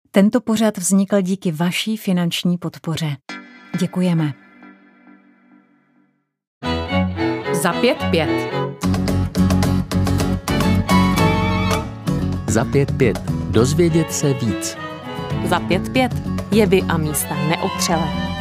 Tento pořad vznikl díky vaší finanční podpoře. Děkujeme. Za 5-5. Za 5-5. Dozvědět se víc. Za 5-5. Jevy a místa neotřelé.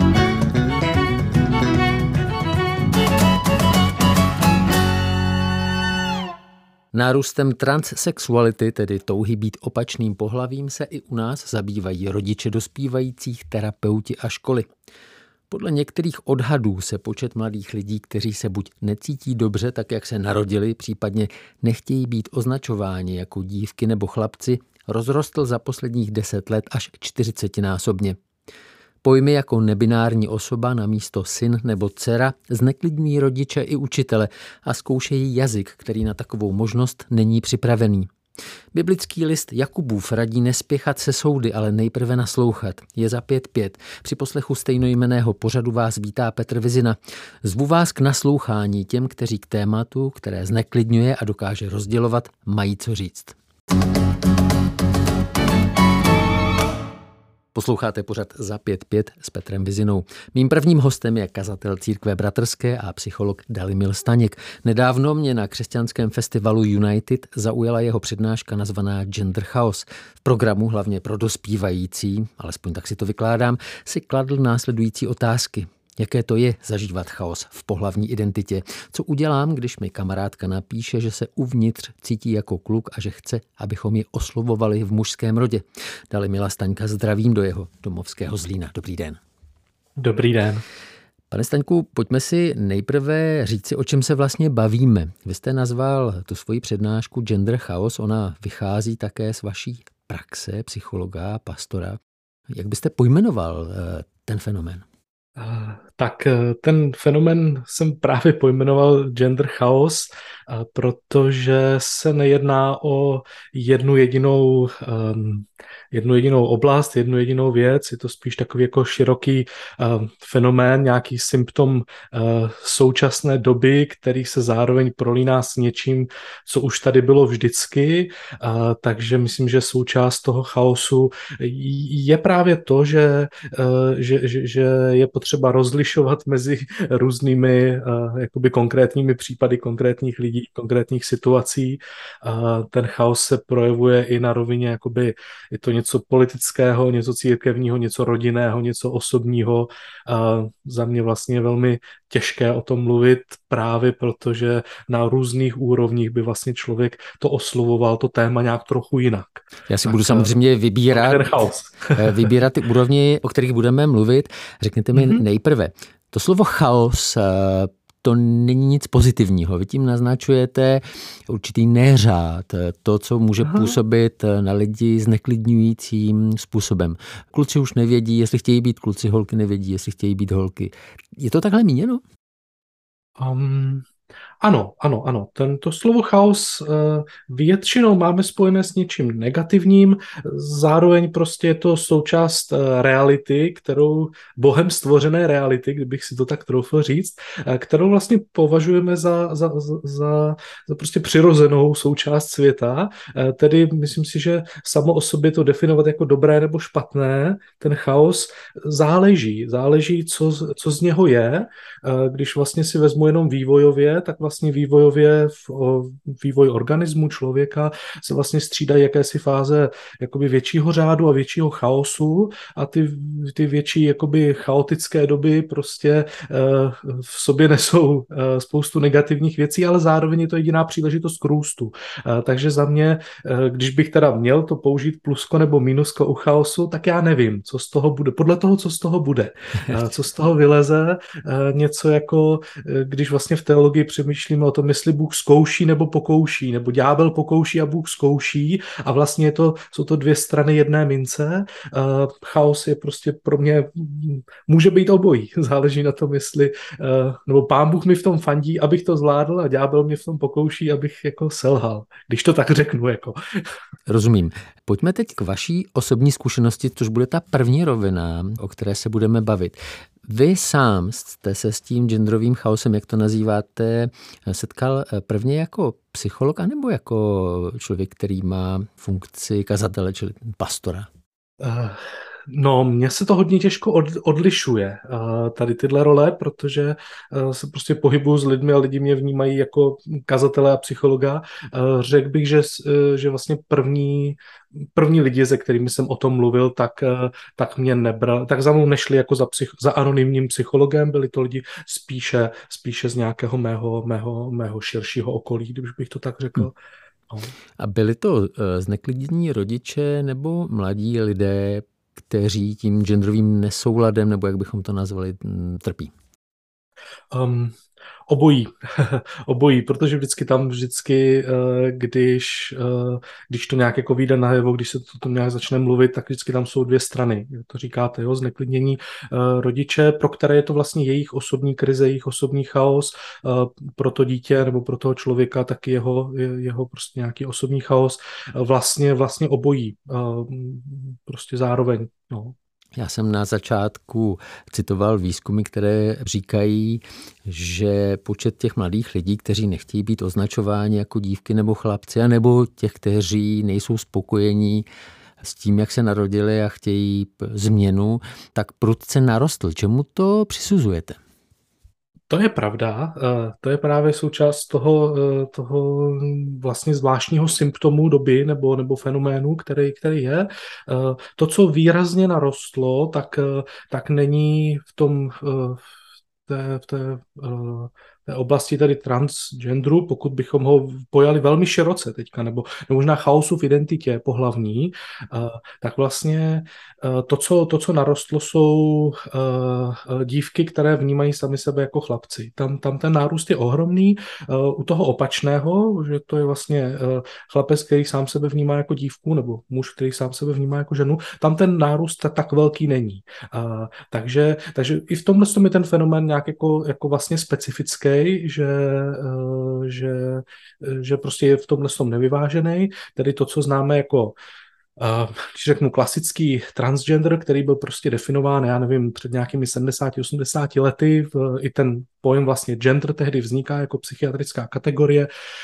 Nárůstem transsexuality, tedy touhy být opačným pohlavím, se i u nás zabývají rodiče dospívajících, terapeuti a školy. Podle některých odhadů se počet mladých lidí, kteří se buď necítí dobře, tak jak se narodili, případně nechtějí být označováni jako dívky nebo chlapci, rozrostl za posledních 10 let až 40násobně. Pojmy jako nebinární osoba na místo syn nebo dcera zneklidňují rodiče i učitele a zkoušejí jazyk, který na takovou možnost není připravený. Biblický list Jakubův radí nespěchat se soudy, ale nejprve naslouchat. Je za 5-5. Při poslechu stejnojmenného pořadu vás vítá Petr Vizina. Zvu vás k naslouchání těm, kteří k tématu, které zneklidňuje a dokáže rozdělovat, mají co říct. Posloucháte pořad Za 5-5 s Petrem Vizinou. Mým prvním hostem je kazatel Církve bratrské a psycholog Dalimil Staněk. Nedávno mě na křesťanském festivalu United zaujala jeho přednáška nazvaná Gender Chaos. V programu hlavně pro dospívající, alespoň tak si to vykládám, si kladl následující otázky. Jaké to je zažívat chaos v pohlavní identitě? Co udělám, když mi kamarádka napíše, že se uvnitř cítí jako kluk a že chce, abychom ji oslovovali v mužském rodě? Dalimila Staňka zdravím do jeho domovského Zlína. Dobrý den. Dobrý den. Pane Staňku, pojďme si nejprve říci, o čem se vlastně bavíme. Vy jste nazval tu svoji přednášku Gender Chaos, ona vychází také z vaší praxe psychologa, pastora. Jak byste pojmenoval ten fenomén? Tak ten fenomén jsem právě pojmenoval gender chaos, protože se nejedná o jednu jedinou oblast, jednu jedinou věc, je to spíš takový jako široký fenomén, nějaký symptom současné doby, který se zároveň prolíná s něčím, co už tady bylo vždycky, takže myslím, že součást toho chaosu je právě to, že je potřeba rozlišovat mezi různými jakoby konkrétními případy konkrétních lidí, konkrétních situací. Ten chaos se projevuje i na rovině, jakoby je to něco politického, něco církevního, něco rodinného, něco osobního. Za mě vlastně velmi těžké o tom mluvit právě protože na různých úrovních by vlastně člověk to oslovoval, to téma nějak trochu jinak. Já si budu samozřejmě vybírat ty úrovni, o kterých budeme mluvit. Řekněte mi nejprve, to slovo chaos, to není nic pozitivního. Vy tím naznačujete určitý neřád, to, co může působit na lidi zneklidňujícím způsobem. Kluci už nevědí, jestli chtějí být kluci, holky nevědí, jestli chtějí být holky. Je to takhle míněno? Ano. To slovo chaos většinou máme spojené s něčím negativním, zároveň prostě je to součást reality, kterou Bohem stvořené reality, kdybych si to tak troufl říct, kterou vlastně považujeme za prostě přirozenou součást světa, tedy myslím si, že samo o sobě to definovat jako dobré nebo špatné, ten chaos záleží, co z něho je, když vlastně si vezmu jenom vývojově, tak vlastně vývojově vývoj organismu člověka se vlastně střídají jakési fáze jakoby většího řádu a většího chaosu a ty větší jakoby chaotické doby prostě v sobě nesou spoustu negativních věcí, ale zároveň je to jediná příležitost k růstu. Takže za mě, když bych teda měl to použít plusko nebo mínusko u chaosu, tak já nevím, co z toho bude. Podle toho, co z toho bude. Co z toho vyleze, něco jako, když vlastně v teologii přemýšlíme o tom, jestli Bůh zkouší nebo pokouší, nebo ďábel pokouší a Bůh zkouší a vlastně jsou to dvě strany jedné mince. Chaos je prostě pro mě, může být obojí, záleží na tom, jestli, nebo Pán Bůh mi v tom fandí, abych to zvládl a ďábel mě v tom pokouší, abych jako selhal, když to tak řeknu. Jako. Rozumím. Pojďme teď k vaší osobní zkušenosti, což bude ta první rovina, o které se budeme bavit. Vy sám jste se s tím genderovým chaosem, jak to nazýváte, setkal prvně jako psycholog anebo jako člověk, který má funkci kazatele, čili pastora? No, mně se to hodně těžko odlišuje, tady tyhle role, protože se prostě pohybuju s lidmi a lidi mě vnímají jako kazatele a psychologa. Řekl bych, že vlastně první lidi, se kterými jsem o tom mluvil, tak mě nebral, tak za mnou nešli jako za anonymním psychologem, byli to lidi spíše z nějakého mého širšího okolí, když bych to tak řekl. No. A byli to zneklidnění rodiče nebo mladí lidé, kteří tím genderovým nesouladem, nebo jak bychom to nazvali, trpí? Obojí. Obojí, protože vždycky, když to nějak jako vyjde najevo, když se to nějak začne mluvit, tak vždycky tam jsou dvě strany. To říkáte, jo, zneklidnění rodiče, pro které je to vlastně jejich osobní krize, jejich osobní chaos, pro to dítě nebo pro toho člověka taky jeho prostě nějaký osobní chaos. Vlastně obojí. Prostě zároveň. No. Já jsem na začátku citoval výzkumy, které říkají, že počet těch mladých lidí, kteří nechtějí být označováni jako dívky nebo chlapci, nebo těch, kteří nejsou spokojení s tím, jak se narodili a chtějí změnu, tak prudce narostl. Čemu to přisuzujete? To je pravda, to je právě součást toho vlastně zvláštního symptomu doby nebo fenoménu, který je. To, co výrazně narostlo, tak není v té oblasti tady transgenderu, pokud bychom ho pojali velmi široce teďka, nebo možná chaosu v identitě pohlavní, tak vlastně to, co narostlo, jsou dívky, které vnímají sami sebe jako chlapci. Tam ten nárůst je ohromný. U toho opačného, že to je vlastně chlapec, který sám sebe vnímá jako dívku, nebo muž, který sám sebe vnímá jako ženu, tam ten nárůst tak velký není. Takže i v tomhle je ten fenomén nějak jako vlastně specifický, že prostě je v tomhle tom nevyvážený, tedy to, co známe jako když řeknu klasický transgender, který byl prostě definován, já nevím, před nějakými 70-80 lety, i ten pojem vlastně gender tehdy vzniká jako psychiatrická kategorie,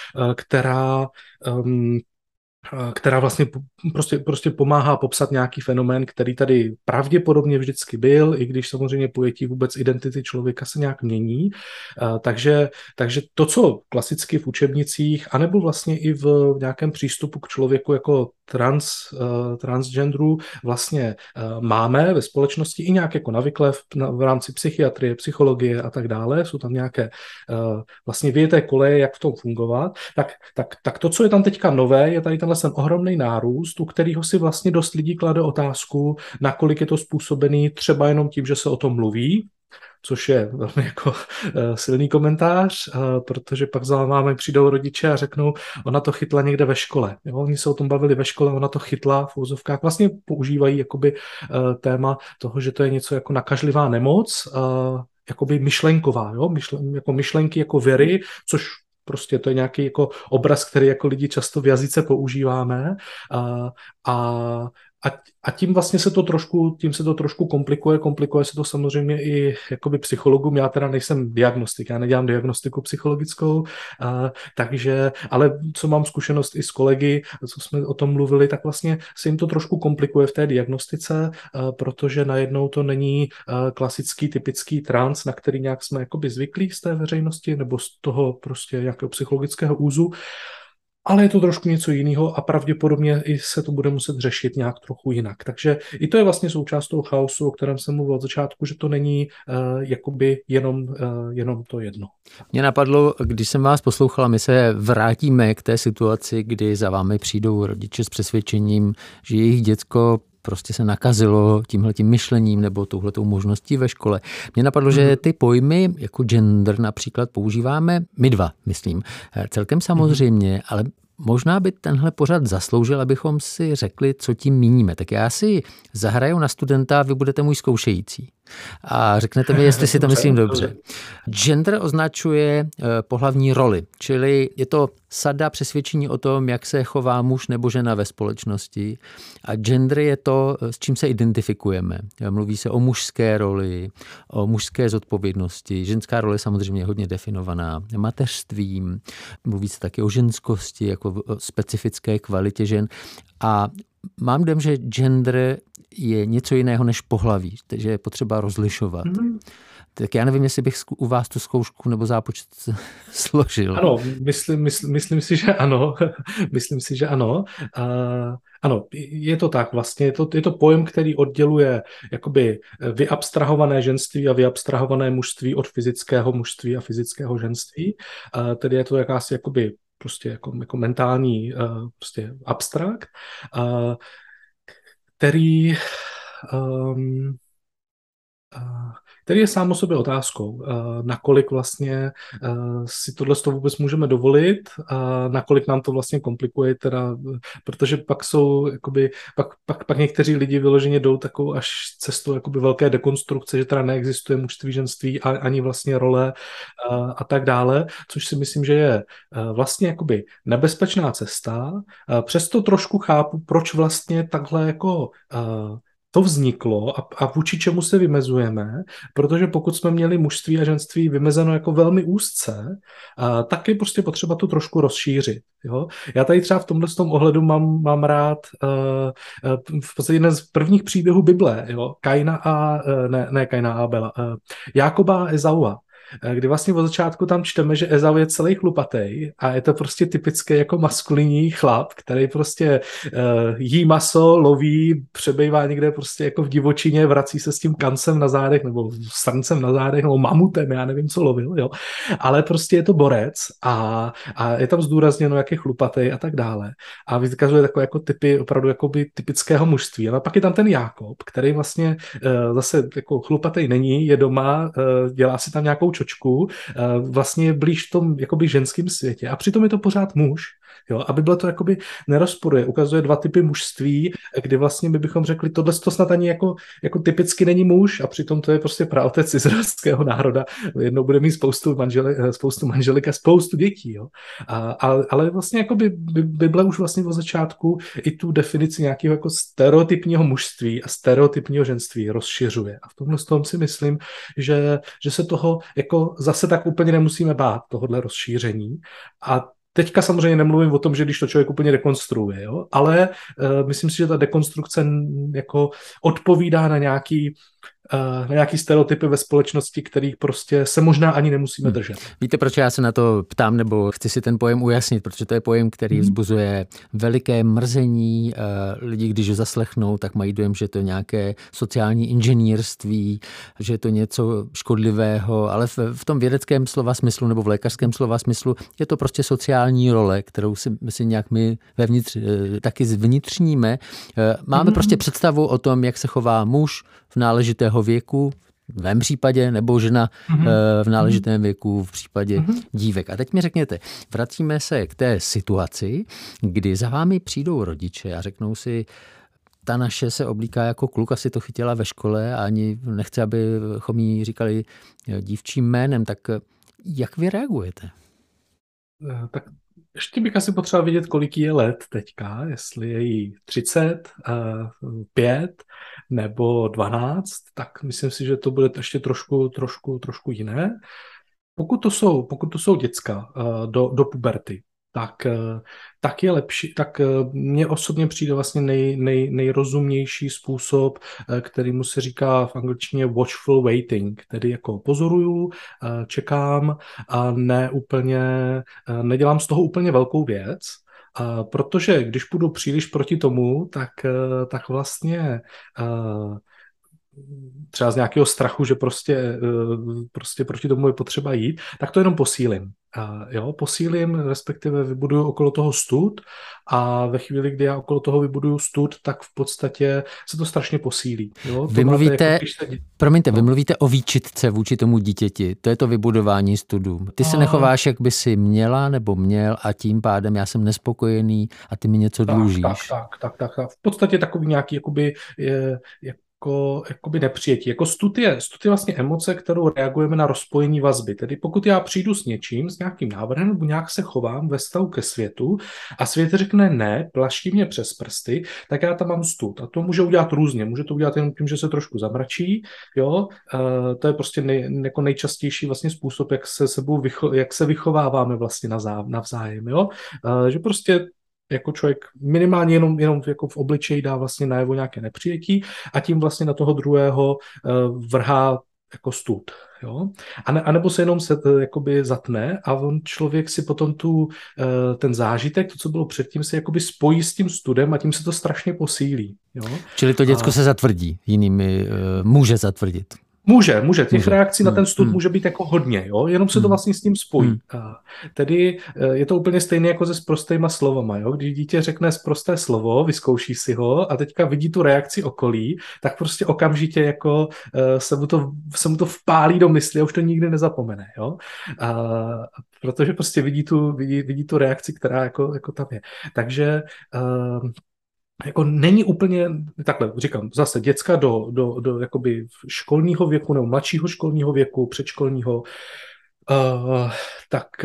která vlastně prostě pomáhá popsat nějaký fenomén, který tady pravděpodobně vždycky byl, i když samozřejmě pojetí vůbec identity člověka se nějak mění. Takže to, co klasicky v učebnicích, anebo vlastně i v nějakém přístupu k člověku jako transgenderu vlastně máme ve společnosti i nějak jako navykle v rámci psychiatrie, psychologie a tak dále. Jsou tam nějaké vlastně vyjeté koleje, jak v tom fungovat. Tak to, co je tam teďka nové, je tady ten ohromný nárůst, u kterého si vlastně dost lidí klade otázku, nakolik je to způsobený třeba jenom tím, že se o tom mluví, což je velmi jako silný komentář, protože pak za vámi přijdou rodiče a řeknou, ona to chytla někde ve škole. Jo? Oni se o tom bavili ve škole, ona to chytla v úzovkách. Vlastně používají jakoby téma toho, že to je něco jako nakažlivá nemoc, jakoby myšlenková, jo? Jako myšlenky jako věry, což prostě to je nějaký jako obraz, který jako lidi často v jazyce používáme a tím vlastně se to trošku komplikuje se to samozřejmě i jakoby psychologům. Já teda nejsem diagnostik, já nedělám diagnostiku psychologickou, takže, ale co mám zkušenost i s kolegy, co jsme o tom mluvili, tak vlastně se jim to trošku komplikuje v té diagnostice, protože najednou to není klasický, typický trans, na který nějak jsme jakoby zvyklí z té veřejnosti nebo z toho prostě nějakého psychologického úzu, ale je to trošku něco jiného a pravděpodobně i se to bude muset řešit nějak trochu jinak. Takže i to je vlastně součást toho chaosu, o kterém jsem mluvil od začátku, že to není jakoby jenom to jedno. Mě napadlo, když jsem vás poslouchala, my se vrátíme k té situaci, kdy za vámi přijdou rodiče s přesvědčením, že jejich děcko prostě se nakazilo tímhletím myšlením nebo touhletou možností ve škole. Mně napadlo, že ty pojmy jako gender například používáme my dva, myslím. Celkem samozřejmě, ale možná by tenhle pořad zasloužil, abychom si řekli, co tím míníme. Tak já si zahraju na studenta, vy budete můj zkoušející. A řeknete mi, jestli si to myslím dobře. Gender označuje pohlavní roli, čili je to sada přesvědčení o tom, jak se chová muž nebo žena ve společnosti. A gender je to, s čím se identifikujeme. Mluví se o mužské roli, o mužské zodpovědnosti. Ženská role je samozřejmě hodně definovaná mateřstvím. Mluví se taky o ženskosti, jako o specifické kvalitě žen. A mám dojem, že gender je něco jiného než pohlaví, takže je potřeba rozlišovat. Tak já nevím, jestli bych u vás tu zkoušku nebo zápočet složil. Ano, myslím si, že ano. Myslím si, že ano. Ano, je to tak vlastně. Je to pojem, který odděluje jakoby vyabstrahované ženství a vyabstrahované mužství od fyzického mužství a fyzického ženství. Tedy je to jakási jakoby prostě jako mentální prostě abstrakt, který je sám o sobě otázkou, nakolik vlastně si tohle vůbec můžeme dovolit, nakolik nám to vlastně komplikuje, teda, protože pak jsou, jakoby, pak někteří lidi vyloženě jdou takovou až cestou jakoby velké dekonstrukce, že teda neexistuje mužství, ženství ani vlastně role a tak dále, což si myslím, že je vlastně jakoby nebezpečná cesta. Přesto trošku chápu, proč vlastně takhle jako to vzniklo a vůči čemu se vymezujeme, protože pokud jsme měli mužství a ženství vymezeno jako velmi úzce, tak je prostě potřeba to trošku rozšířit. Jo? Já tady třeba v tomhle ohledu mám rád v podstatě jeden z prvních příběhů Bible, jo? Kaina a Abela, Jákoba a Ezaua. Kdy vlastně od začátku tam čteme, že Ezau je celý chlupatej a je to prostě typický jako maskulinní chlap, který prostě jí maso, loví, přebývá někde prostě jako v divočině, vrací se s tím kancem na zádech nebo srncem na zádech nebo mamutem, já nevím, co lovil, jo. Ale prostě je to borec a je tam zdůrazněno, jak je chlupatej a tak dále. A vykazuje takové jako typy opravdu jakoby typického mužství. A pak je tam ten Jákob, který vlastně zase jako chlupatej není, je doma, dělá si tam nějakou čočku, vlastně je blíž v tom jakoby ženském světě a přitom je to pořád muž. Jo, a Bible to jakoby nerozporuje, ukazuje dva typy mužství, kdy vlastně my bychom řekli, tohle to snad ani jako typicky není muž a přitom to je prostě praotec izraelského národa. Jednou bude mít spoustu manželek a spoustu dětí. Jo. Ale vlastně jakoby Bible už vlastně od začátku i tu definici nějakého jako stereotypního mužství a stereotypního ženství rozšiřuje. A v tomhle tom si myslím, že se toho jako zase tak úplně nemusíme bát, tohohle rozšíření. A teďka samozřejmě nemluvím o tom, že když to člověk úplně dekonstruuje, jo? Ale myslím si, že ta dekonstrukce jako odpovídá na nějaký stereotypy ve společnosti, kterých prostě se možná ani nemusíme držet. Víte, proč já se na to ptám, nebo chci si ten pojem ujasnit, protože to je pojem, který vzbuzuje veliké mrzení. Lidi, když ho zaslechnou, tak mají dojem, že to je nějaké sociální inženýrství, že je to něco škodlivého, ale v tom vědeckém slova smyslu nebo v lékařském slova smyslu je to prostě sociální role, kterou si nějak my vevnitř taky zvnitřníme. Máme prostě představu o tom, jak se chová muž v náležitého věku, v mém případě, nebo žena v náležitém věku v případě dívek. A teď mi řekněte, vracíme se k té situaci, kdy za vámi přijdou rodiče a řeknou si, ta naše se oblíká jako kluk, asi to chytila ve škole a ani nechce, abychom jí říkali dívčím jménem, tak jak vy reagujete? Tak ještě bych asi potřeboval vědět, kolik jí je let teďka, jestli je jí 30, 5 nebo 12, tak myslím si, že to bude ještě trošku jiné. Pokud to jsou děcka do puberty, tak je lepší, tak mně osobně přijde vlastně nejrozumnější způsob, kterýmu se říká v angličtině watchful waiting, tedy jako pozoruju, čekám a nedělám z toho úplně velkou věc, protože když půjdu příliš proti tomu, tak vlastně třeba z nějakého strachu, že prostě proti tomu je potřeba jít, tak to jenom posílím. Posílím, respektive vybuduju okolo toho stud a ve chvíli, kdy já okolo toho vybuduju stud, tak v podstatě se to strašně posílí. Jo? Vy mluvíte o výčitce vůči tomu dítěti, to je to vybudování studu. Ty se nechováš, jak by si měla nebo měl a tím pádem já jsem nespokojený a ty mi něco dlužíš. Tak. V podstatě takový nějaký jakoby nepřijetí. Jako stud je vlastně emoce, kterou reagujeme na rozpojení vazby. Tedy pokud já přijdu s něčím, s nějakým návrhem, nebo nějak se chovám ve vztahu ke světu a svět řekne ne, plaští mě přes prsty, tak já tam mám stud. A to může udělat různě. Může to udělat jenom tím, že se trošku zamračí. Jo? To je prostě jako nejčastější vlastně způsob, jak se vychováváme vlastně navzájem. Jo? Že prostě jako člověk minimálně jenom jako v obličeji dá vlastně najevo nějaké nepřijetí a tím vlastně na toho druhého vrhá jako stud. Jo? A nebo se jenom jakoby zatne a on člověk si potom ten zážitek, to, co bylo předtím, se jakoby spojí s tím studem a tím se to strašně posílí. Jo? Čili to děcko se zatvrdí, jinými může zatvrdit. Může. Těch reakcí na ten stud může být jako hodně, jo? Jenom se to vlastně s tím spojí. Tedy je to úplně stejné jako se sprostejma slovama, jo? Když dítě řekne sprosté slovo, vyzkouší si ho a teďka vidí tu reakci okolí, tak prostě okamžitě jako se mu to vpálí do mysli a už to nikdy nezapomene, jo? Protože prostě vidí tu reakci, která jako tam je. Takže jako není úplně, takhle říkám, zase děcka do jakoby školního věku nebo mladšího školního věku, předškolního, tak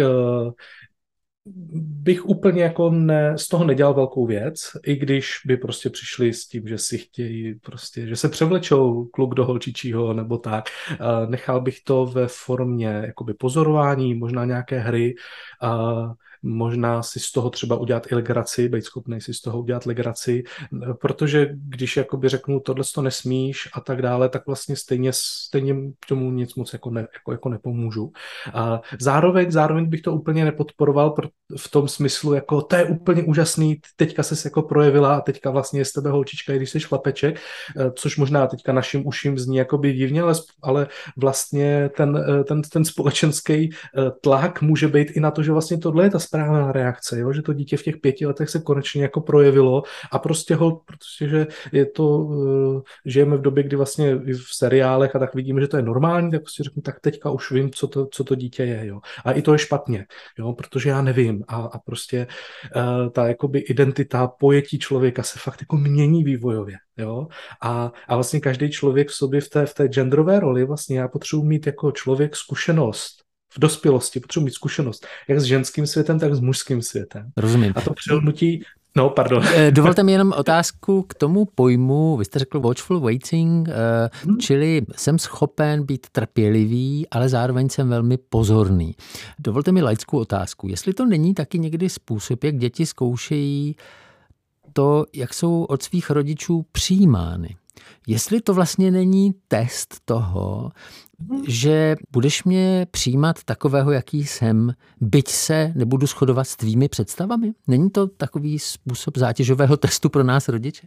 bych úplně jako z toho nedělal velkou věc, i když by prostě přišli s tím, že si chtějí prostě, že se převlečou kluk do holčičího nebo tak. Nechal bych to ve formě jakoby pozorování, možná nějaké hry, možná si z toho třeba udělat i legraci, být schopný si z toho udělat legraci, protože když jakoby řeknu, tohle to nesmíš a tak dále, tak vlastně stejně tomu nic moc jako nepomůžu. Zároveň bych to úplně nepodporoval v tom smyslu, jako to je úplně úžasný, teďka ses jako projevila a teďka vlastně je z tebe holčička, i když jsi chlapeček, což možná teďka našim uším zní jakoby divně, ale vlastně ten společenský tlak může být i na to, že vlastně tohle je ta správná reakce, jo? Že to dítě v těch 5 letech se konečně jako projevilo a prostě protože je to, žijeme v době, kdy vlastně v seriálech a tak vidíme, že to je normální, tak prostě řeknu, tak teďka už vím, co to dítě je, jo. A i to je špatně, jo, protože já nevím a prostě ta jakoby identita, pojetí člověka se fakt jako mění vývojově, jo. A vlastně každý člověk v sobě v té genderové roli vlastně já potřebuji mít jako člověk zkušenost v dospělosti, potřebuji mít zkušenost jak s ženským světem, tak s mužským světem. Rozumím. A to přehodnutí, pardon. Dovolte mi jenom otázku k tomu pojmu, vy jste řekl watchful waiting, čili jsem schopen být trpělivý, ale zároveň jsem velmi pozorný. Dovolte mi laickou otázku, jestli to není taky někdy způsob, jak děti zkoušejí to, jak jsou od svých rodičů přijímány. Jestli to vlastně není test toho, že budeš mě přijímat takového, jaký jsem, byť se nebudu shodovat s tvými představami? Není to takový způsob zátěžového testu pro nás rodiče?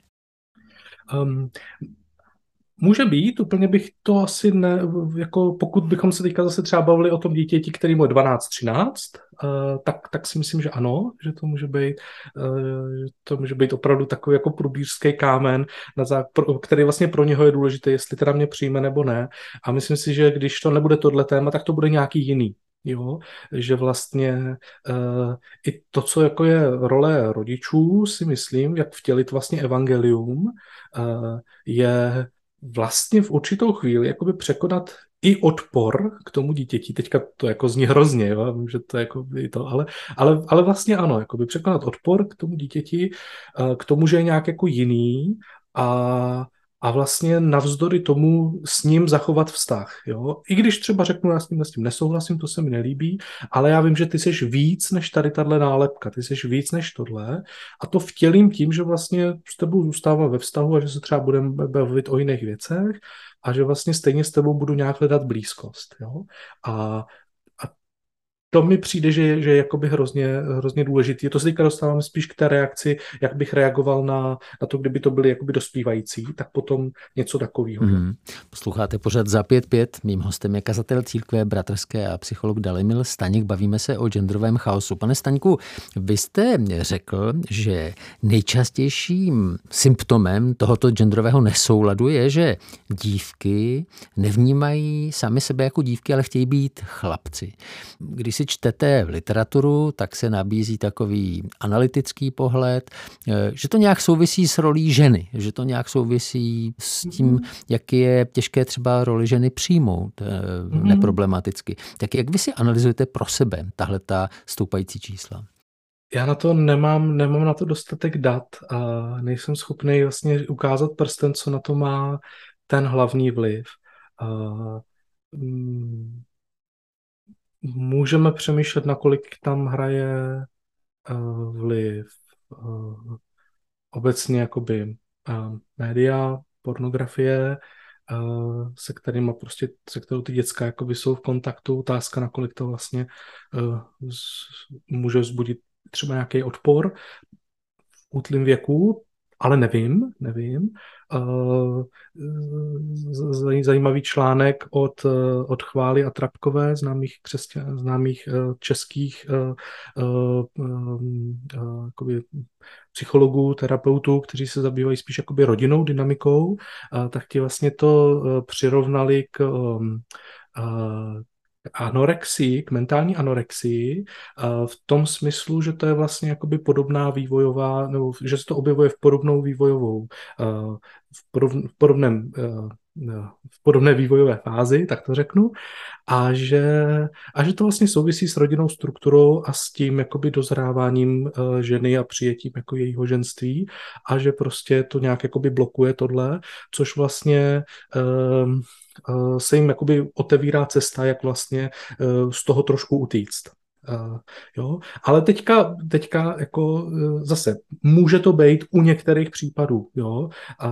Může být, úplně bych to asi ne, jako pokud bychom se teďka zase třeba bavili o tom dítěti, který mu je 12-13, tak si myslím, že ano, že to může být opravdu takový jako průbířský kámen, který vlastně pro něho je důležité, jestli teda mě přijme nebo ne. A myslím si, že když to nebude tohle téma, tak to bude nějaký jiný. Jo, že vlastně i to, co jako je role rodičů, si myslím, jak vtělit vlastně evangelium, je vlastně v určitou chvíli jakoby překonat i odpor k tomu dítěti. Teďka to jako zní hrozně, jo? Vím, že to je jako to, ale vlastně ano, jakoby překonat odpor k tomu dítěti, k tomu, že je nějak jako jiný a vlastně navzdory tomu s ním zachovat vztah. Jo? I když třeba řeknu, já s tím nesouhlasím, to se mi nelíbí, ale já vím, že ty seš víc než tady tahle nálepka, ty seš víc než tohle a to vtělím tím, že vlastně s tebou zůstávám ve vztahu a že se třeba budeme bavit o jiných věcech a že vlastně stejně s tebou budu nějak hledat blízkost. Jo? A to mi přijde, že je jakoby hrozně důležitý. To se teďka dostáváme spíš k té reakci, jak bych reagoval na to, kdyby to byly jakoby dospívající, tak potom něco takového. Posloucháte pořad Za 5-5. Mým hostem je kazatel církve bratrské a psycholog Dalibor Staněk. Bavíme se o genderovém chaosu. Pane Staňku, vy jste řekl, že nejčastějším symptomem tohoto genderového nesouladu je, že dívky nevnímají sami sebe jako dívky, ale chtějí být chlapci. Když si čtete literaturu, tak se nabízí takový analytický pohled, že to nějak souvisí s rolí ženy, že to nějak souvisí s tím, jak je těžké třeba roli ženy přijmout neproblematicky. Tak jak vy si analyzujete pro sebe tahle ta stoupající čísla? Já na to nemám na to dostatek dat a nejsem schopný vlastně ukázat prstem, co na to má ten hlavní vliv. Můžeme přemýšlet, nakolik tam hraje vliv obecně jakoby média, pornografie, se kterou ty děcka jakoby jsou v kontaktu. Otázka, nakolik to vlastně může vzbudit třeba nějaký odpor v útlém věku, ale nevím. Zajímavý článek od Chvály a Trapkové, známých českých jakoby psychologů, terapeutů, kteří se zabývají spíš jakoby rodinnou dynamikou, tak ti vlastně to přirovnali k mentální anorexii v tom smyslu, že to je vlastně jakoby podobná vývojová, nebo že se to objevuje v podobnou vývojovou, v podobné vývojové fázi, tak to řeknu, a že to vlastně souvisí s rodinnou strukturou a s tím jakoby dozráváním ženy a přijetím jako jejího ženství a že prostě to nějak jakoby blokuje tohle, což vlastně se jim jakoby otevírá cesta, jak vlastně z toho trošku utíct. Jo? Ale teďka jako zase může to být u některých případů, jo?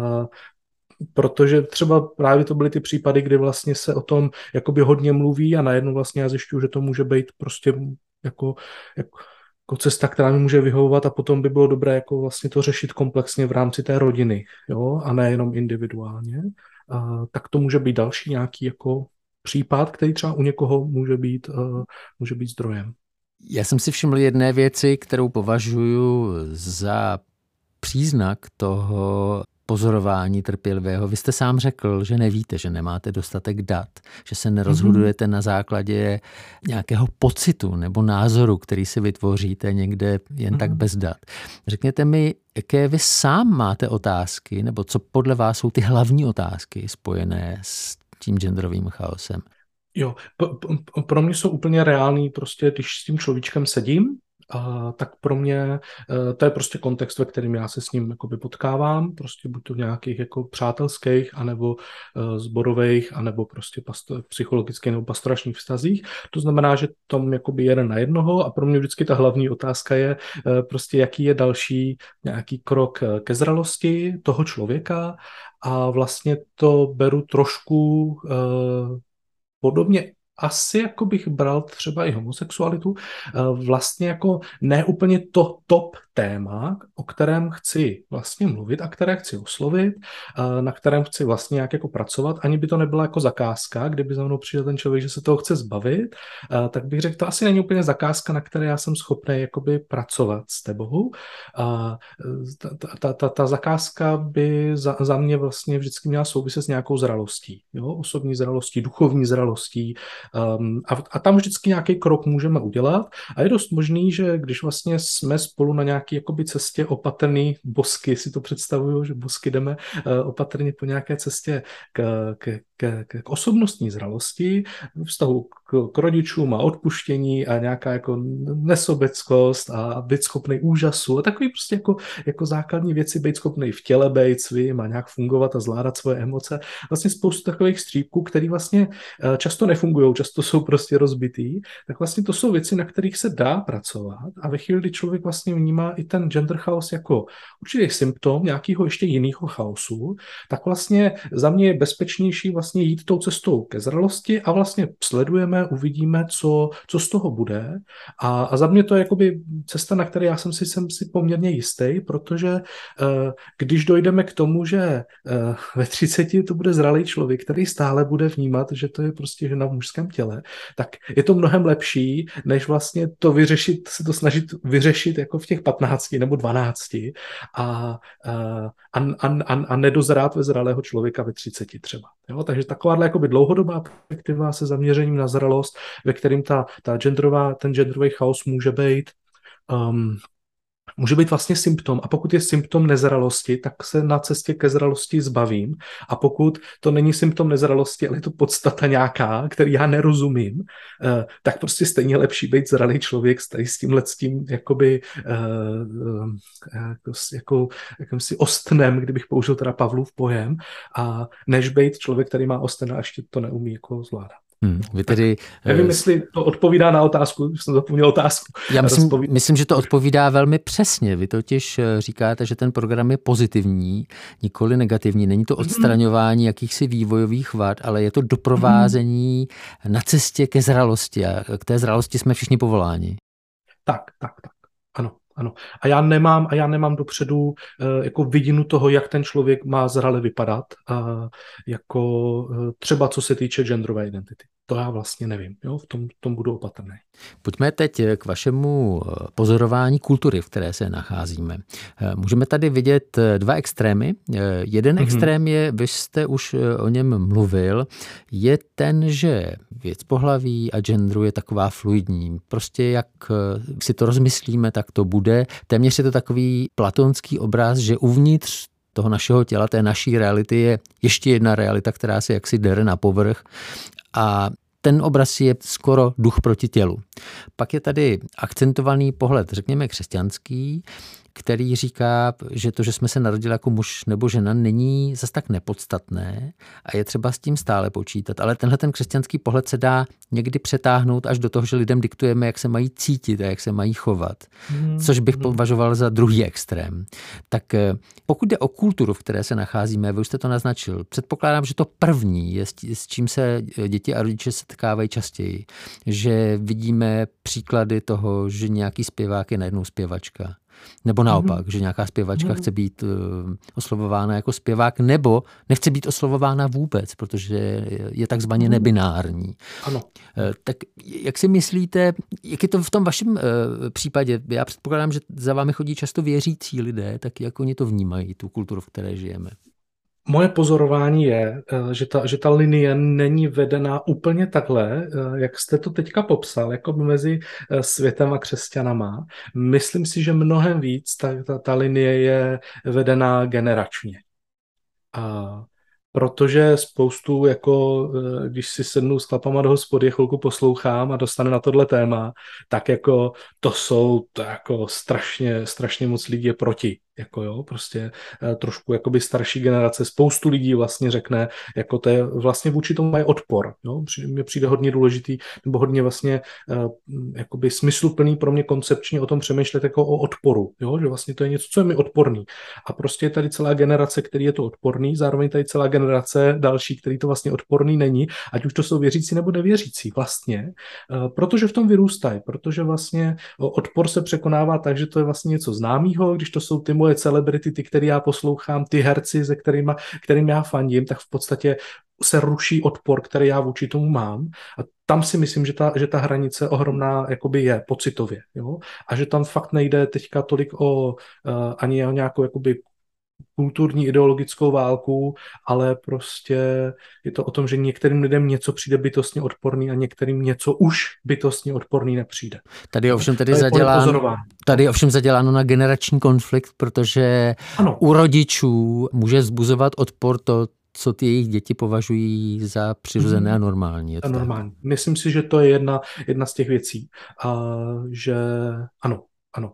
Protože třeba právě to byly ty případy, kdy vlastně se o tom jakoby hodně mluví a najednou vlastně já zjišťuju, že to může být prostě jako cesta, která mi může vyhovovat a potom by bylo dobré jako vlastně to řešit komplexně v rámci té rodiny, jo? A ne jenom individuálně. Tak to může být další nějaký jako případ, který třeba u někoho může být zdrojem. Já jsem si všiml jedné věci, kterou považuji za příznak toho pozorování trpělivého. Vy jste sám řekl, že nevíte, že nemáte dostatek dat, že se nerozhodujete na základě nějakého pocitu nebo názoru, který si vytvoříte někde jen tak bez dat. Řekněte mi, jaké vy sám máte otázky, nebo co podle vás jsou ty hlavní otázky spojené s tím genderovým chaosem? Jo, pro mě jsou úplně reální, prostě když s tím človíčkem sedím, tak pro mě to je prostě kontext, ve kterém já se s ním jakoby potkávám, prostě buď to v nějakých jako přátelských, anebo sborových, anebo prostě psychologických nebo pastoračních vztazích. To znamená, že tam jakoby jeden na jednoho a pro mě vždycky ta hlavní otázka je prostě, jaký je další nějaký krok ke zralosti toho člověka a vlastně to beru trošku podobně. Asi jako bych bral třeba i homosexualitu, vlastně jako ne úplně to top téma, o kterém chci vlastně mluvit a které chci oslovit, na kterém chci vlastně nějak jako pracovat, ani by to nebyla jako zakázka, kdyby za mnou přišel ten člověk, že se toho chce zbavit, tak bych řekl, to asi není úplně zakázka, na které já jsem schopný jakoby pracovat s tebou. Ta zakázka by za mě vlastně vždycky měla souviset s nějakou zralostí, jo? Osobní zralostí, duchovní zralostí, a tam vždycky nějaký krok můžeme udělat a je dost možný, že když vlastně jsme spolu na nějaké jakoby cestě opatrný bosky, si to představuju, že bosky jdeme opatrně po nějaké cestě k osobnostní zralosti, vztahu k rodičům a odpuštění a nějaká jako nesobeckost a být schopný úžasu a takový prostě jako základní věci, být schopný v těle být svým a nějak fungovat a zvládat svoje emoce. Vlastně spoustu takových střípků, které vlastně často nefungují, často jsou prostě rozbitý, tak vlastně to jsou věci, na kterých se dá pracovat a ve chvíli, kdy člověk vlastně vnímá i ten gender chaos jako určitý symptom nějakého ještě jiného chaosu, tak vlastně za mě je bezpečnější vlastně jít tou cestou ke zralosti a vlastně sledujeme, uvidíme, co z toho bude a za mě to je jakoby cesta, na které já jsem si poměrně jistý, protože když dojdeme k tomu, že ve 30 to bude zralý člověk, který stále bude vnímat, že to je prostě žena v mužském těle, tak je to mnohem lepší, než vlastně to vyřešit, se to snažit vyřešit jako v těch 15 nebo 12 a nedozrát ve zralého člověka ve 30 třeba. Jo? Takže takováhle jakoby dlouhodobá perspektiva se zaměřením na zralost, ve kterým ten genderový chaos může být vlastně symptom a pokud je symptom nezralosti, tak se na cestě ke zralosti zbavím a pokud to není symptom nezralosti, ale je to podstata nějaká, který já nerozumím, tak prostě stejně lepší být zralý člověk s tímhletím jakoby jako jakýmsi ostnem, kdybych použil teda Pavlův pojem, a než být člověk, který má osten a ještě to neumí jako zvládat. Vy tedy... Nevím, jestli to odpovídá na otázku, jsem zapomněl otázku. Já myslím, že to odpovídá velmi přesně. Vy totiž říkáte, že ten program je pozitivní, nikoli negativní. Není to odstraňování jakýchsi vývojových vad, ale je to doprovázení na cestě ke zralosti. A k té zralosti jsme všichni povoláni. Tak. Ano. A já nemám dopředu jako vidinu toho, jak ten člověk má zrale vypadat, jako třeba co se týče genderové identity. To já vlastně nevím, jo? V tom budu opatrný. Pojďme teď k vašemu pozorování kultury, v které se nacházíme. Můžeme tady vidět dva extrémy. Jeden extrém je, vy jste už o něm mluvil, je ten, že věc pohlaví a genderu je taková fluidní. Prostě jak si to rozmyslíme, tak to bude. Téměř je to takový platonský obraz, že uvnitř toho našeho těla, té naší reality je ještě jedna realita, která se jaksi dere na povrch. A ten obraz je skoro duch proti tělu. Pak je tady akcentovaný pohled, řekněme křesťanský, který říká, že to, že jsme se narodili jako muž nebo žena, není zas tak nepodstatné a je třeba s tím stále počítat. Ale tenhle ten křesťanský pohled se dá někdy přetáhnout až do toho, že lidem diktujeme, jak se mají cítit a jak se mají chovat. Což bych považoval za druhý extrém. Tak pokud jde o kulturu, v které se nacházíme, vy už jste to naznačil, předpokládám, že to první je, s čím se děti a rodiče setkávají častěji. Že vidíme příklady toho, že nějaký zpěvák je najednou zpěvačka. Nebo naopak, že nějaká zpěvačka chce být oslovována jako zpěvák, nebo nechce být oslovována vůbec, protože je takzvaně nebinární. Ano. Tak jak si myslíte, jak je to v tom vašem případě? Já předpokládám, že za vámi chodí často věřící lidé, tak jak oni to vnímají, tu kulturu, v které žijeme? Moje pozorování je, že ta linie není vedená úplně takhle, jak jste to teďka popsal, jako mezi světem a křesťanama. Myslím si, že mnohem víc ta linie je vedená generačně. Protože spoustu, jako když si sednu s chlapama do hospody, chvilku poslouchám a dostane na tohle téma, tak jako to jako strašně moc lidí je proti. Jako jo, prostě trošku jakoby starší generace, spoustu lidí vlastně řekne, jako to je vlastně vůči tomu mají odpor. Jo? Mně přijde hodně důležitý, nebo hodně vlastně jakoby smysluplný pro mě koncepčně o tom přemýšlet jako o odporu, jo? Že vlastně to je něco, co je mi odporný. A prostě je tady celá generace, který je to odporný, zároveň tady celá generace další, který to vlastně odporný není, ať už to jsou věřící nebo nevěřící vlastně, protože v tom vyrůstají, protože vlastně odpor se překonává tak, že to je vlastně něco známého, když to jsou ty moje celebrity, ty, který já poslouchám, ty herci, kterým já fandím, tak v podstatě se ruší odpor, který já vůči tomu mám. A tam si myslím, že ta hranice ohromná jakoby je pocitově. Jo? A že tam fakt nejde teďka tolik ani o nějakou jakoby kulturní ideologickou válku, ale prostě je to o tom, že některým lidem něco přijde bytostně odporný a některým něco už bytostně odporný nepřijde. Tady je ovšem zaděláno na generační konflikt, protože ano. U rodičů může vzbuzovat odpor to, co ty jejich děti považují za přirozené a normální. Je to normální. Myslím si, že to je jedna z těch věcí. Že ano.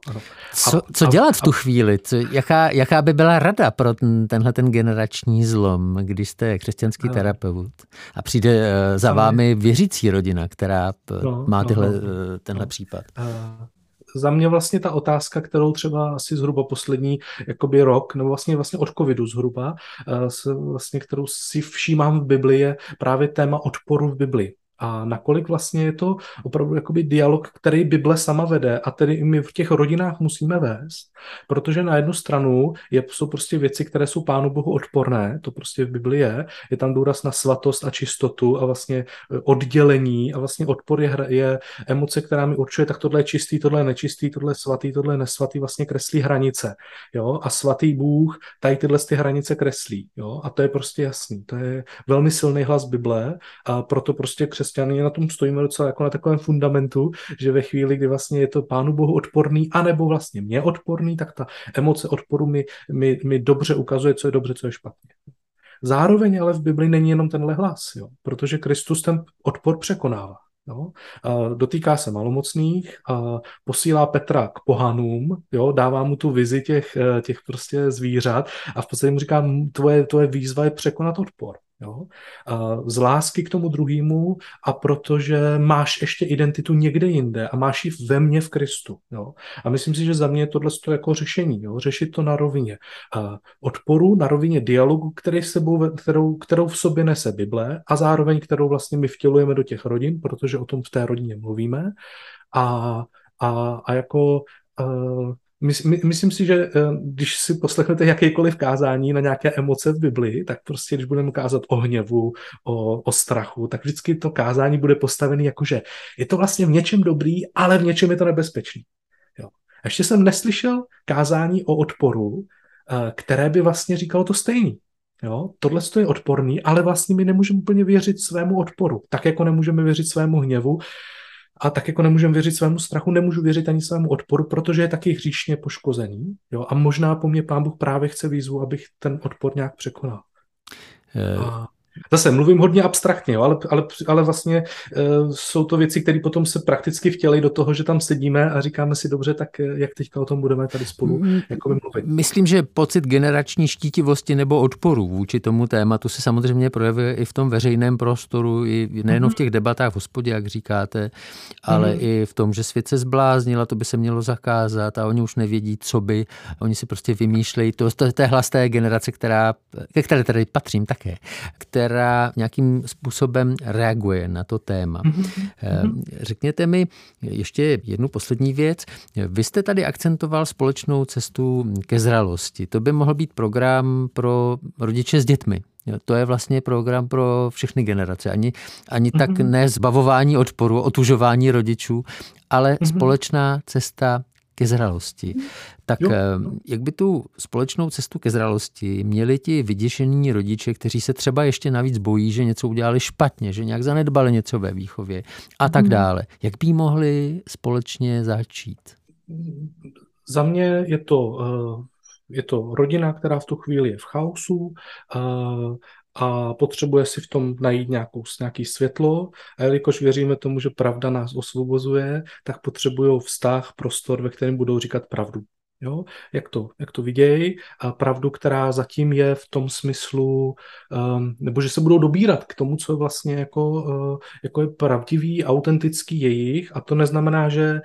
Co dělat v tu chvíli? Jaká by byla rada pro tenhle generační zlom, když jste křesťanský terapeut a přijde za vámi věřící rodina, která má tenhle případ? Za mě vlastně ta otázka, kterou třeba asi zhruba poslední jakoby rok, nebo vlastně od covidu zhruba, vlastně, kterou si všímám v Biblii, je právě téma odporu v Biblii. A nakolik vlastně je to opravdu jakoby dialog, který Bible sama vede a tedy my v těch rodinách musíme vést, protože na jednu stranu jsou prostě věci, které jsou Pánu Bohu odporné, to prostě v Bibli je tam důraz na svatost a čistotu a vlastně oddělení a vlastně odpor je emoce, která mi určuje, tak tohle je čistý, tohle je nečistý, tohle je svatý, tohle je nesvatý, vlastně kreslí hranice, jo, a svatý Bůh tady tyhle ty hranice kreslí, jo, a to je prostě jasný, to je velmi silný hlas Bible a proto prostě křesťané na tom stojíme docela jako na takovém fundamentu, že ve chvíli, kdy vlastně je to Pánu Bohu odporný, anebo vlastně mě odporný, tak ta emoce odporu mi dobře ukazuje, co je dobře, co je špatně. Zároveň ale v Bibli není jenom tenhle hlas, jo, protože Kristus ten odpor překonává. Jo. Dotýká se malomocných, posílá Petra k pohanům, jo, dává mu tu vizi těch prostě zvířat a v podstatě mu říká, tvoje výzva je překonat odpor. Jo? Z lásky k tomu druhému a protože máš ještě identitu někde jinde a máš ji ve mně v Kristu. Jo? A myslím si, že za mě je tohle jako řešení. Jo? Řešit to na rovině odporu, na rovině dialogu, kterou v sobě nese Bible a zároveň kterou vlastně my vtělujeme do těch rodin, protože o tom v té rodině mluvíme. A jako myslím si, že když si poslechnete jakékoliv kázání na nějaké emoce v Biblii, tak prostě, když budeme kázat o hněvu, o strachu, tak vždycky to kázání bude postavené jako, že je to vlastně v něčem dobrý, ale v něčem je to nebezpečný. Jo. Ještě jsem neslyšel kázání o odporu, které by vlastně říkalo to stejný. Jo? Tohle je odporný, ale vlastně my nemůžeme úplně věřit svému odporu, tak jako nemůžeme věřit svému hněvu, a tak jako nemůžeme věřit svému strachu, nemůžu věřit ani svému odporu, protože je taky hříšně poškozený. Jo? A možná po mně Pán Bůh právě chce výzvu, abych ten odpor nějak překonal. Zase mluvím hodně abstraktně, jo? Ale vlastně jsou to věci, které potom se prakticky vtělejí do toho, že tam sedíme a říkáme si dobře, tak jak teďka o tom budeme tady spolu jako mluvit. Myslím, že pocit generační štítivosti nebo odporu vůči tomu tématu se samozřejmě projevuje i v tom veřejném prostoru, i nejenom v těch debatách v hospodě, jak říkáte, ale i v tom, že svět se zbláznil a to by se mělo zakázat a oni už nevědí, co by. Oni si prostě vymýšlejí. To je hlas té generace, ke které tady patřím také, která nějakým způsobem reaguje na to téma. Řekněte mi ještě jednu poslední věc. Vy jste tady akcentoval společnou cestu ke zralosti. To by mohl být program pro rodiče s dětmi. To je vlastně program pro všechny generace. Ani tak ne zbavování odporu, otužování rodičů, ale společná cesta ke zralosti. Tak jak by tu společnou cestu ke zralosti měli ti vyděšení rodiče, kteří se třeba ještě navíc bojí, že něco udělali špatně, že nějak zanedbali něco ve výchově a tak dále. Jak by mohli společně začít? Za mě je to rodina, která v tu chvíli je v chaosu a potřebuje si v tom najít nějaký světlo. A jelikož věříme tomu, že pravda nás osvobozuje, tak potřebují vztah, prostor, ve kterém budou říkat pravdu. Jo? Jak to vidějí, a pravdu, která zatím je v tom smyslu, nebo že se budou dobírat k tomu, co je vlastně jako je pravdivý, autentický jejich, a to neznamená, že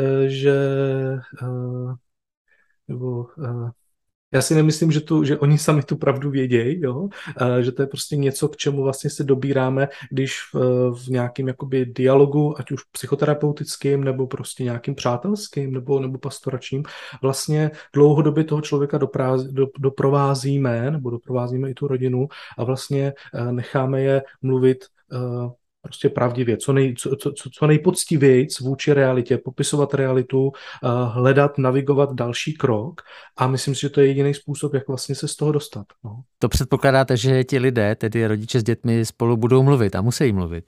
já si nemyslím, že oni sami tu pravdu vědějí, jo? Že to je prostě něco, k čemu vlastně se dobíráme, když v nějakém jakoby dialogu, ať už psychoterapeutickým, nebo prostě nějakým přátelským, nebo pastoračním, vlastně dlouhodobě toho člověka doprovázíme i tu rodinu a vlastně necháme je mluvit prostě pravdivě, co nejpoctivějc vůči realitě, popisovat realitu, hledat, navigovat další krok, a myslím si, že to je jediný způsob, jak vlastně se z toho dostat. No. To předpokládáte, že ti lidé, tedy rodiče s dětmi, spolu budou mluvit a musí mluvit?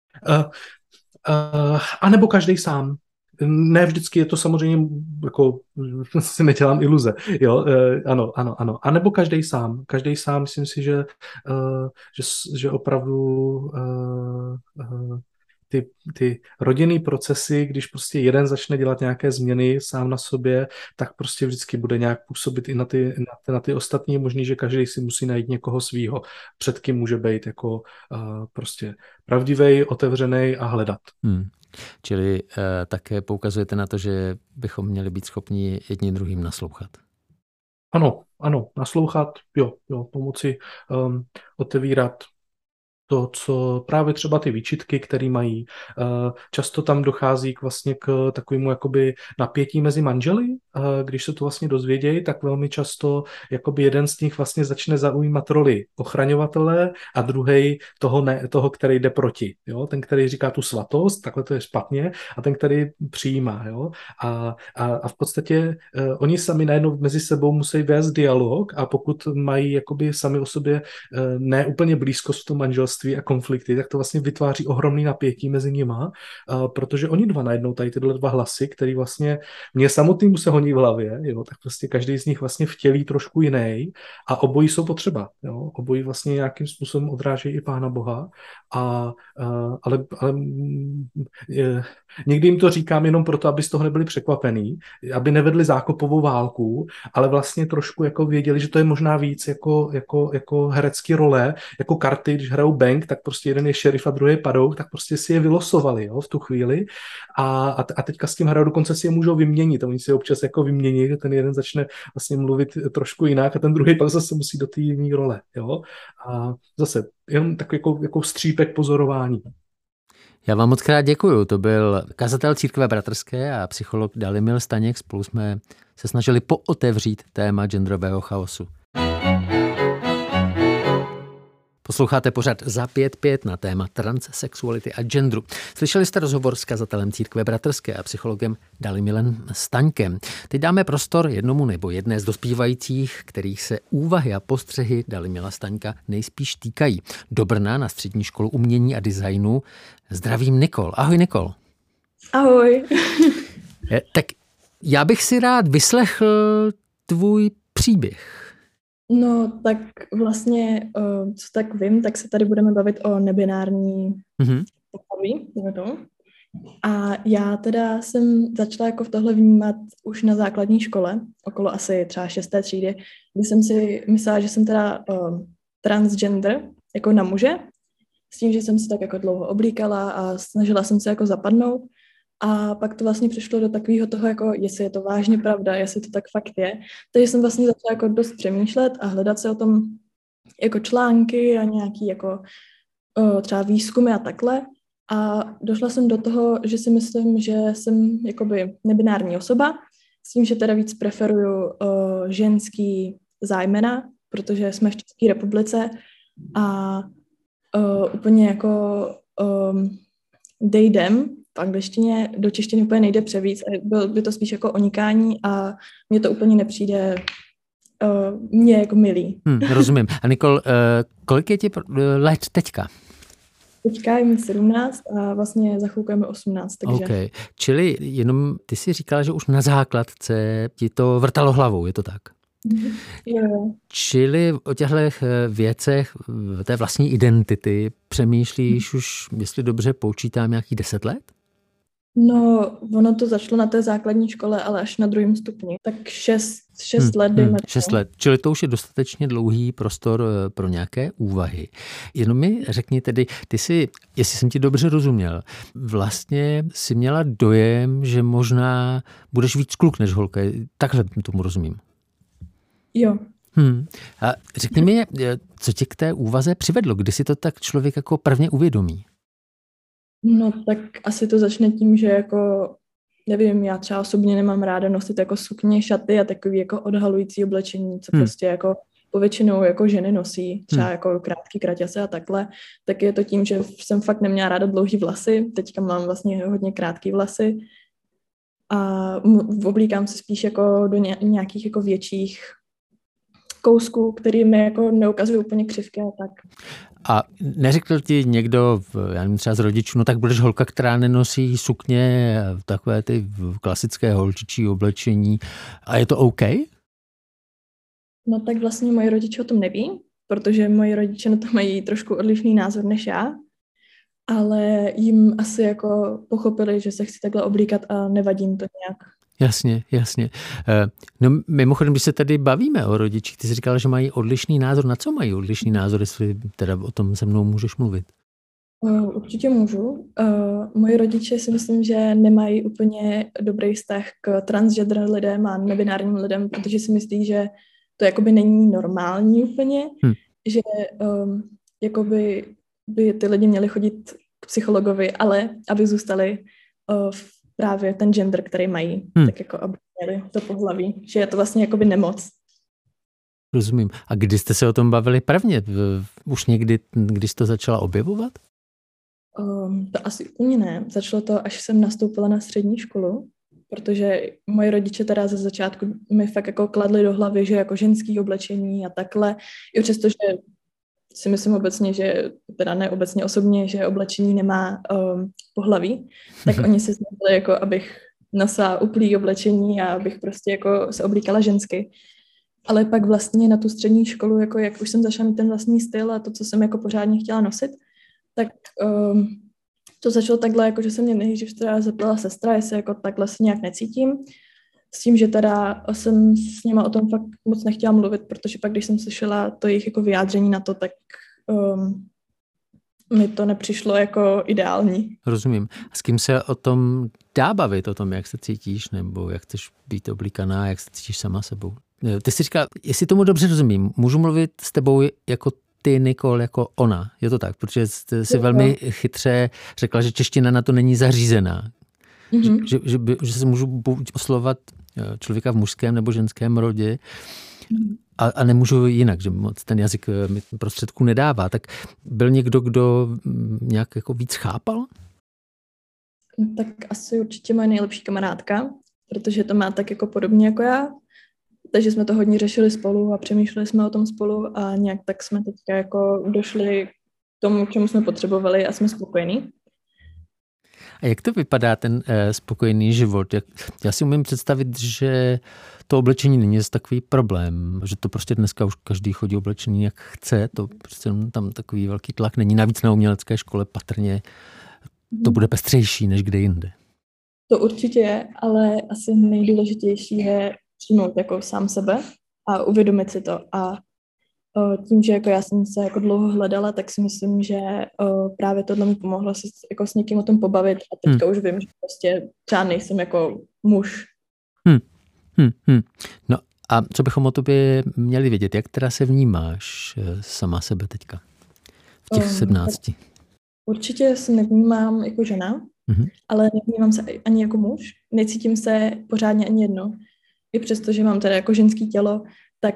A nebo každý sám. Ne vždycky je to samozřejmě, jako si nedělám iluze, jo, ano. A nebo každý sám, myslím si, že opravdu ty rodinný procesy, když prostě jeden začne dělat nějaké změny sám na sobě, tak prostě vždycky bude nějak působit i na ty ostatní. Možný, že každý si musí najít někoho svýho, před kým může být jako prostě pravdivej, otevřenej a hledat. Čili také poukazujete na to, že bychom měli být schopni jedním druhým naslouchat. Ano, naslouchat, jo, pomoci otevírat to, co právě třeba ty výčitky, které mají. Často tam dochází k takovému jakoby napětí mezi manželi. Když se to vlastně dozvědějí, tak velmi často jakoby jeden z nich vlastně začne zaujímat roli ochraňovatele a druhej toho, který jde proti. Jo? Ten, který říká tu svatost, takhle to je špatně, a ten, který přijímá. Jo? A v podstatě oni sami najednou mezi sebou musí vést dialog, a pokud mají jakoby sami o sobě neúplně blízkost v tom manželství a konflikty, tak to vlastně vytváří ohromný napětí mezi nima, protože oni dva najednou tady tyhle dva hlasy, který vlastně mě samotnému se honí v hlavě, jo, tak prostě každý z nich vlastně vtělí trošku jiný a obojí jsou potřeba, jo, obojí vlastně nějakým způsobem odrážejí i Pána Boha, ale někdy jim to říkám jenom proto, aby z toho nebyli překvapený, aby nevedli zákopovou válku, ale vlastně trošku jako věděli, že to je možná víc jako herecký role, jako karty, když hrajou bank, tak prostě jeden je šerif a druhý je padouch, tak prostě si je vylosovali, jo, v tu chvíli a teďka s tím hrajou, dokonce si je můžou vyměnit, oni si je občas jako vymění, že ten jeden začne vlastně mluvit trošku jinak a ten druhý pak zase musí do té jiné role, jo, a zase jenom takový jako střípek pozorování. Já vám moc krát děkuju. To byl kazatel Církve bratrské a psycholog Dalibor Staněk. Spolu jsme se snažili pootevřít téma genderového chaosu. Posloucháte pořad Za 5-5 na téma transsexuality a genderu. Slyšeli jste rozhovor s kazatelem Církve bratrské a psychologem Dalimirem Staňkem. Teď dáme prostor jednomu nebo jedné z dospívajících, kterých se úvahy a postřehy Dalimira Staňka nejspíš týkají. Do Brna na Střední školu umění a designu zdravím Nikol. Ahoj Nikol. Ahoj. Tak já bych si rád vyslechl tvůj příběh. No, tak vlastně, co tak vím, tak se tady budeme bavit o nebinární pohlaví. A já teda jsem začala jako v tohle vnímat už na základní škole, okolo asi třeba 6. třídy, kdy jsem si myslela, že jsem teda transgender, jako na muže, s tím, že jsem si tak jako dlouho oblíkala a snažila jsem se jako zapadnout. A pak to vlastně přišlo do takového toho, jako jestli je to vážně pravda, jestli to tak fakt je. Takže jsem vlastně začala jako dost přemýšlet a hledat se o tom jako články a nějaký jako třeba výzkumy a takhle. A došla jsem do toho, že si myslím, že jsem jakoby nebinární osoba, s tím, že teda víc preferuju ženský zájmena, protože jsme v České republice a úplně jako they them, v angličtině do češtiny úplně nejde převíc a byl by to spíš jako onikání a mně to úplně nepřijde mě jako milý. Rozumím. A Nikol, kolik je ti let teďka? Teďka je mi 17 a vlastně za chvilku je mi 18, takže... Okay. Čili jenom ty si říkala, že už na základce ti to vrtalo hlavou, je to tak? Jo. Čili o těchto věcech té vlastní identity přemýšlíš už, jestli dobře počítám, nějakých 10 let? No, ono to začalo na té základní škole, ale až na 2. stupni. Tak 6 let. 6 let. Čili to už je dostatečně dlouhý prostor pro nějaké úvahy. Jenom mi řekni tedy, ty si, jestli jsem ti dobře rozuměl, vlastně si měla dojem, že možná budeš víc kluk než holka. Takhle tomu rozumím. Jo. A řekni mi, co tě k té úvaze přivedlo, kdy si to tak člověk jako prvně uvědomí? No tak asi to začne tím, že jako, nevím, já třeba osobně nemám ráda nosit jako sukně, šaty a takový jako odhalující oblečení, co prostě jako povětšinou jako ženy nosí, třeba jako krátký kraťase a takhle, tak je to tím, že jsem fakt neměla ráda dlouhý vlasy, teďka mám vlastně hodně krátký vlasy a oblíkám se spíš jako do nějakých jako větších kousků, který mi jako neukazují úplně křivky a tak. A neřekl ti někdo, já nevím, třeba z rodičů, no tak budeš holka, která nenosí sukně, takové ty klasické holčičí oblečení a je to OK? No tak vlastně moji rodiče o tom neví, protože moji rodiče na to mají trošku odlišný názor než já, ale jim asi jako pochopili, že se chci takhle oblíkat a nevadí jim to nějak. Jasně. No mimochodem, když se tady bavíme o rodičích, ty jsi říkala, že mají odlišný názor. Na co mají odlišný názor, jestli teda o tom se mnou můžeš mluvit? Určitě můžu. Moji rodiče si myslím, že nemají úplně dobrý vztah k transgender lidem a nebinárním lidem, protože si myslí, že to jakoby není normální úplně, že jakoby by ty lidi měli chodit k psychologovi, ale aby zůstali právě ten gender, který mají, tak jako aby měli to pohlaví, že je to vlastně jakoby nemoc. Rozumím. A kdy jste se o tom bavili prvně? Už někdy, když jsi to začala objevovat? To asi úplně ne. Začalo to, až jsem nastoupila na střední školu, protože moji rodiče teda ze začátku mi fakt jako kladli do hlavy, že jako ženský oblečení a takhle. I přesto, že si myslím obecně, že teda ne obecně osobně, že oblečení nemá pohlaví, tak oni se snažili jako, abych nosa uplý oblečení a abych prostě jako se oblíkala žensky. Ale pak vlastně na tu střední školu, jako jak už jsem začala mít ten vlastní styl a to, co jsem jako pořádně chtěla nosit, tak to začalo takhle, jako že se mě nejdřív teda zeptala sestra, jestli jako takhle se nějak necítím. S tím, že teda jsem s nima o tom fakt moc nechtěla mluvit, protože pak, když jsem slyšela to jejich jako vyjádření na to, tak mi to nepřišlo jako ideální. Rozumím. A s kým se o tom dá bavit, o tom, jak se cítíš, nebo jak chceš být oblíkaná, jak se cítíš sama sebou? Ty jsi říkala, jestli tomu dobře rozumím, můžu mluvit s tebou jako ty, Nikol, jako ona. Je to tak? Protože jsi velmi chytře řekla, že čeština na to není zařízená. Mm-hmm. Že se můžu buď oslovovat člověka v mužském nebo ženském rodě a nemůžu jinak, že moc ten jazyk mi prostředků nedává. Tak byl někdo, kdo nějak jako víc chápal? Tak asi určitě moje nejlepší kamarádka, protože to má tak jako podobně jako já. Takže jsme to hodně řešili spolu a přemýšleli jsme o tom spolu a nějak tak jsme teďka jako došli k tomu, k čemu jsme potřebovali a jsme spokojení. A jak to vypadá ten spokojený život? Já si umím představit, že to oblečení není zase takový problém, že to prostě dneska už každý chodí oblečený jak chce, to prostě tam takový velký tlak není. Navíc na umělecké škole patrně to bude pestřejší než kde jinde. To určitě je, ale asi nejdůležitější je přijmout jako sám sebe a uvědomit si to. A tím, že jako já jsem se jako dlouho hledala, tak si myslím, že právě tohle mi pomohlo se jako s někým o tom pobavit a teďka už vím, že prostě třeba nejsem jako muž. No a co bychom o tobě měli vědět? Jak teda se vnímáš sama sebe teďka v těch 17? Určitě se nevnímám jako žena, ale nevnímám se ani jako muž. Necítím se pořádně ani jedno. I přesto, že mám teda jako ženský tělo, tak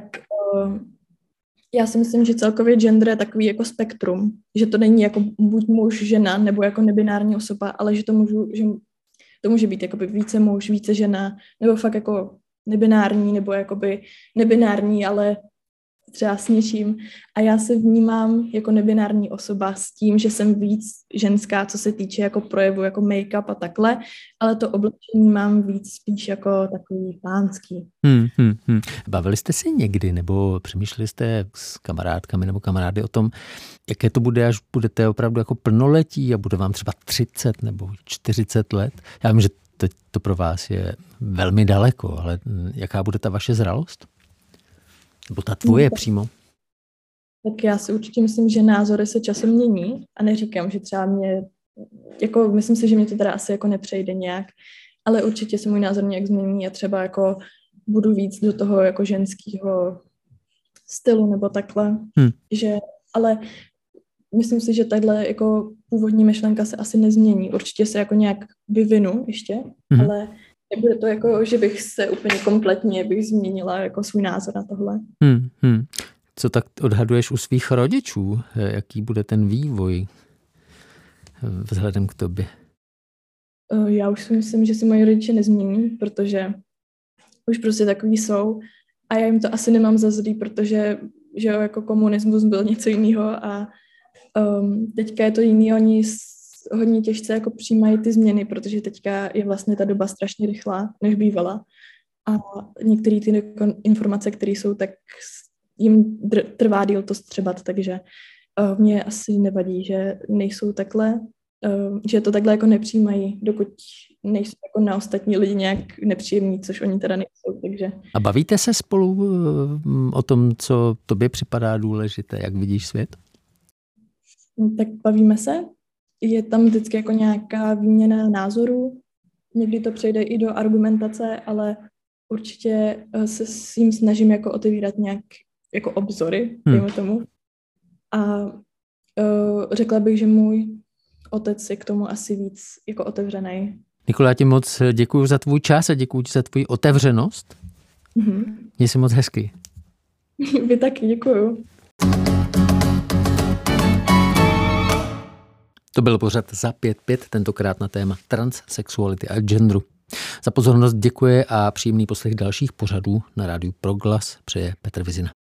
já si myslím, že celkově gender je takový jako spektrum, že to není jako buď muž, žena nebo jako nebinární osoba, ale že to může být jakoby více muž, více žena, nebo fakt jako nebinární, nebo jakoby nebinární, ale třeba s něčím. A já se vnímám jako nebinární osoba s tím, že jsem víc ženská, co se týče jako projevu, jako make-up a takhle, ale to oblečení mám víc spíš jako takový pánský. Bavili jste se někdy, nebo přemýšleli jste s kamarádkami nebo kamarády o tom, jaké to bude, až budete opravdu jako plnoletí a bude vám třeba 30 nebo 40 let? Já vím, že to pro vás je velmi daleko, ale jaká bude ta vaše zralost? Nebo ta tvoje přímo? Tak já si určitě myslím, že názory se časem mění a neříkám, že třeba jako myslím si, že mě to teda asi jako nepřejde nějak, ale určitě se můj názor nějak změní a třeba jako budu víc do toho jako ženského stylu nebo takhle, ale myslím si, že tahle jako původní myšlenka se asi nezmění. Určitě se jako nějak vyvinu ještě, ale nebude to jako, že bych se úplně kompletně změnila jako svůj názor na tohle. Co tak odhaduješ u svých rodičů? Jaký bude ten vývoj vzhledem k tobě? Já už si myslím, že si moji rodiče nezmění, protože už prostě takový jsou a já jim to asi nemám za zlý, protože že jako komunismus byl něco jiného a teďka je to jiný, oni hodně těžce jako přijímají ty změny, protože teďka je vlastně ta doba strašně rychlá, než bývala. A některé ty informace, které jsou, tak jim trvá díl to střebat, takže mě asi nevadí, že nejsou takhle, že to takhle jako nepřijímají, dokud nejsou jako na ostatní lidi nějak nepříjemní, což oni teda nejsou, takže. A bavíte se spolu o tom, co tobě připadá důležité, jak vidíš svět? Tak bavíme se. Je tam vždycky jako nějaká výměna názorů. Někdy to přejde i do argumentace, ale určitě se s ním snažím jako otevírat nějak jako obzory, dejme tomu. A řekla bych, že můj otec je k tomu asi víc jako otevřený. Nikola, já ti moc děkuji za tvůj čas a děkuji ti za tvou otevřenost. Měj se moc hezky. Vy taky, děkuju. To byl pořad Za 5-5, tentokrát na téma transsexuality a genderu. Za pozornost děkuje a příjemný poslech dalších pořadů na rádiu Proglas přeje Petr Vizina.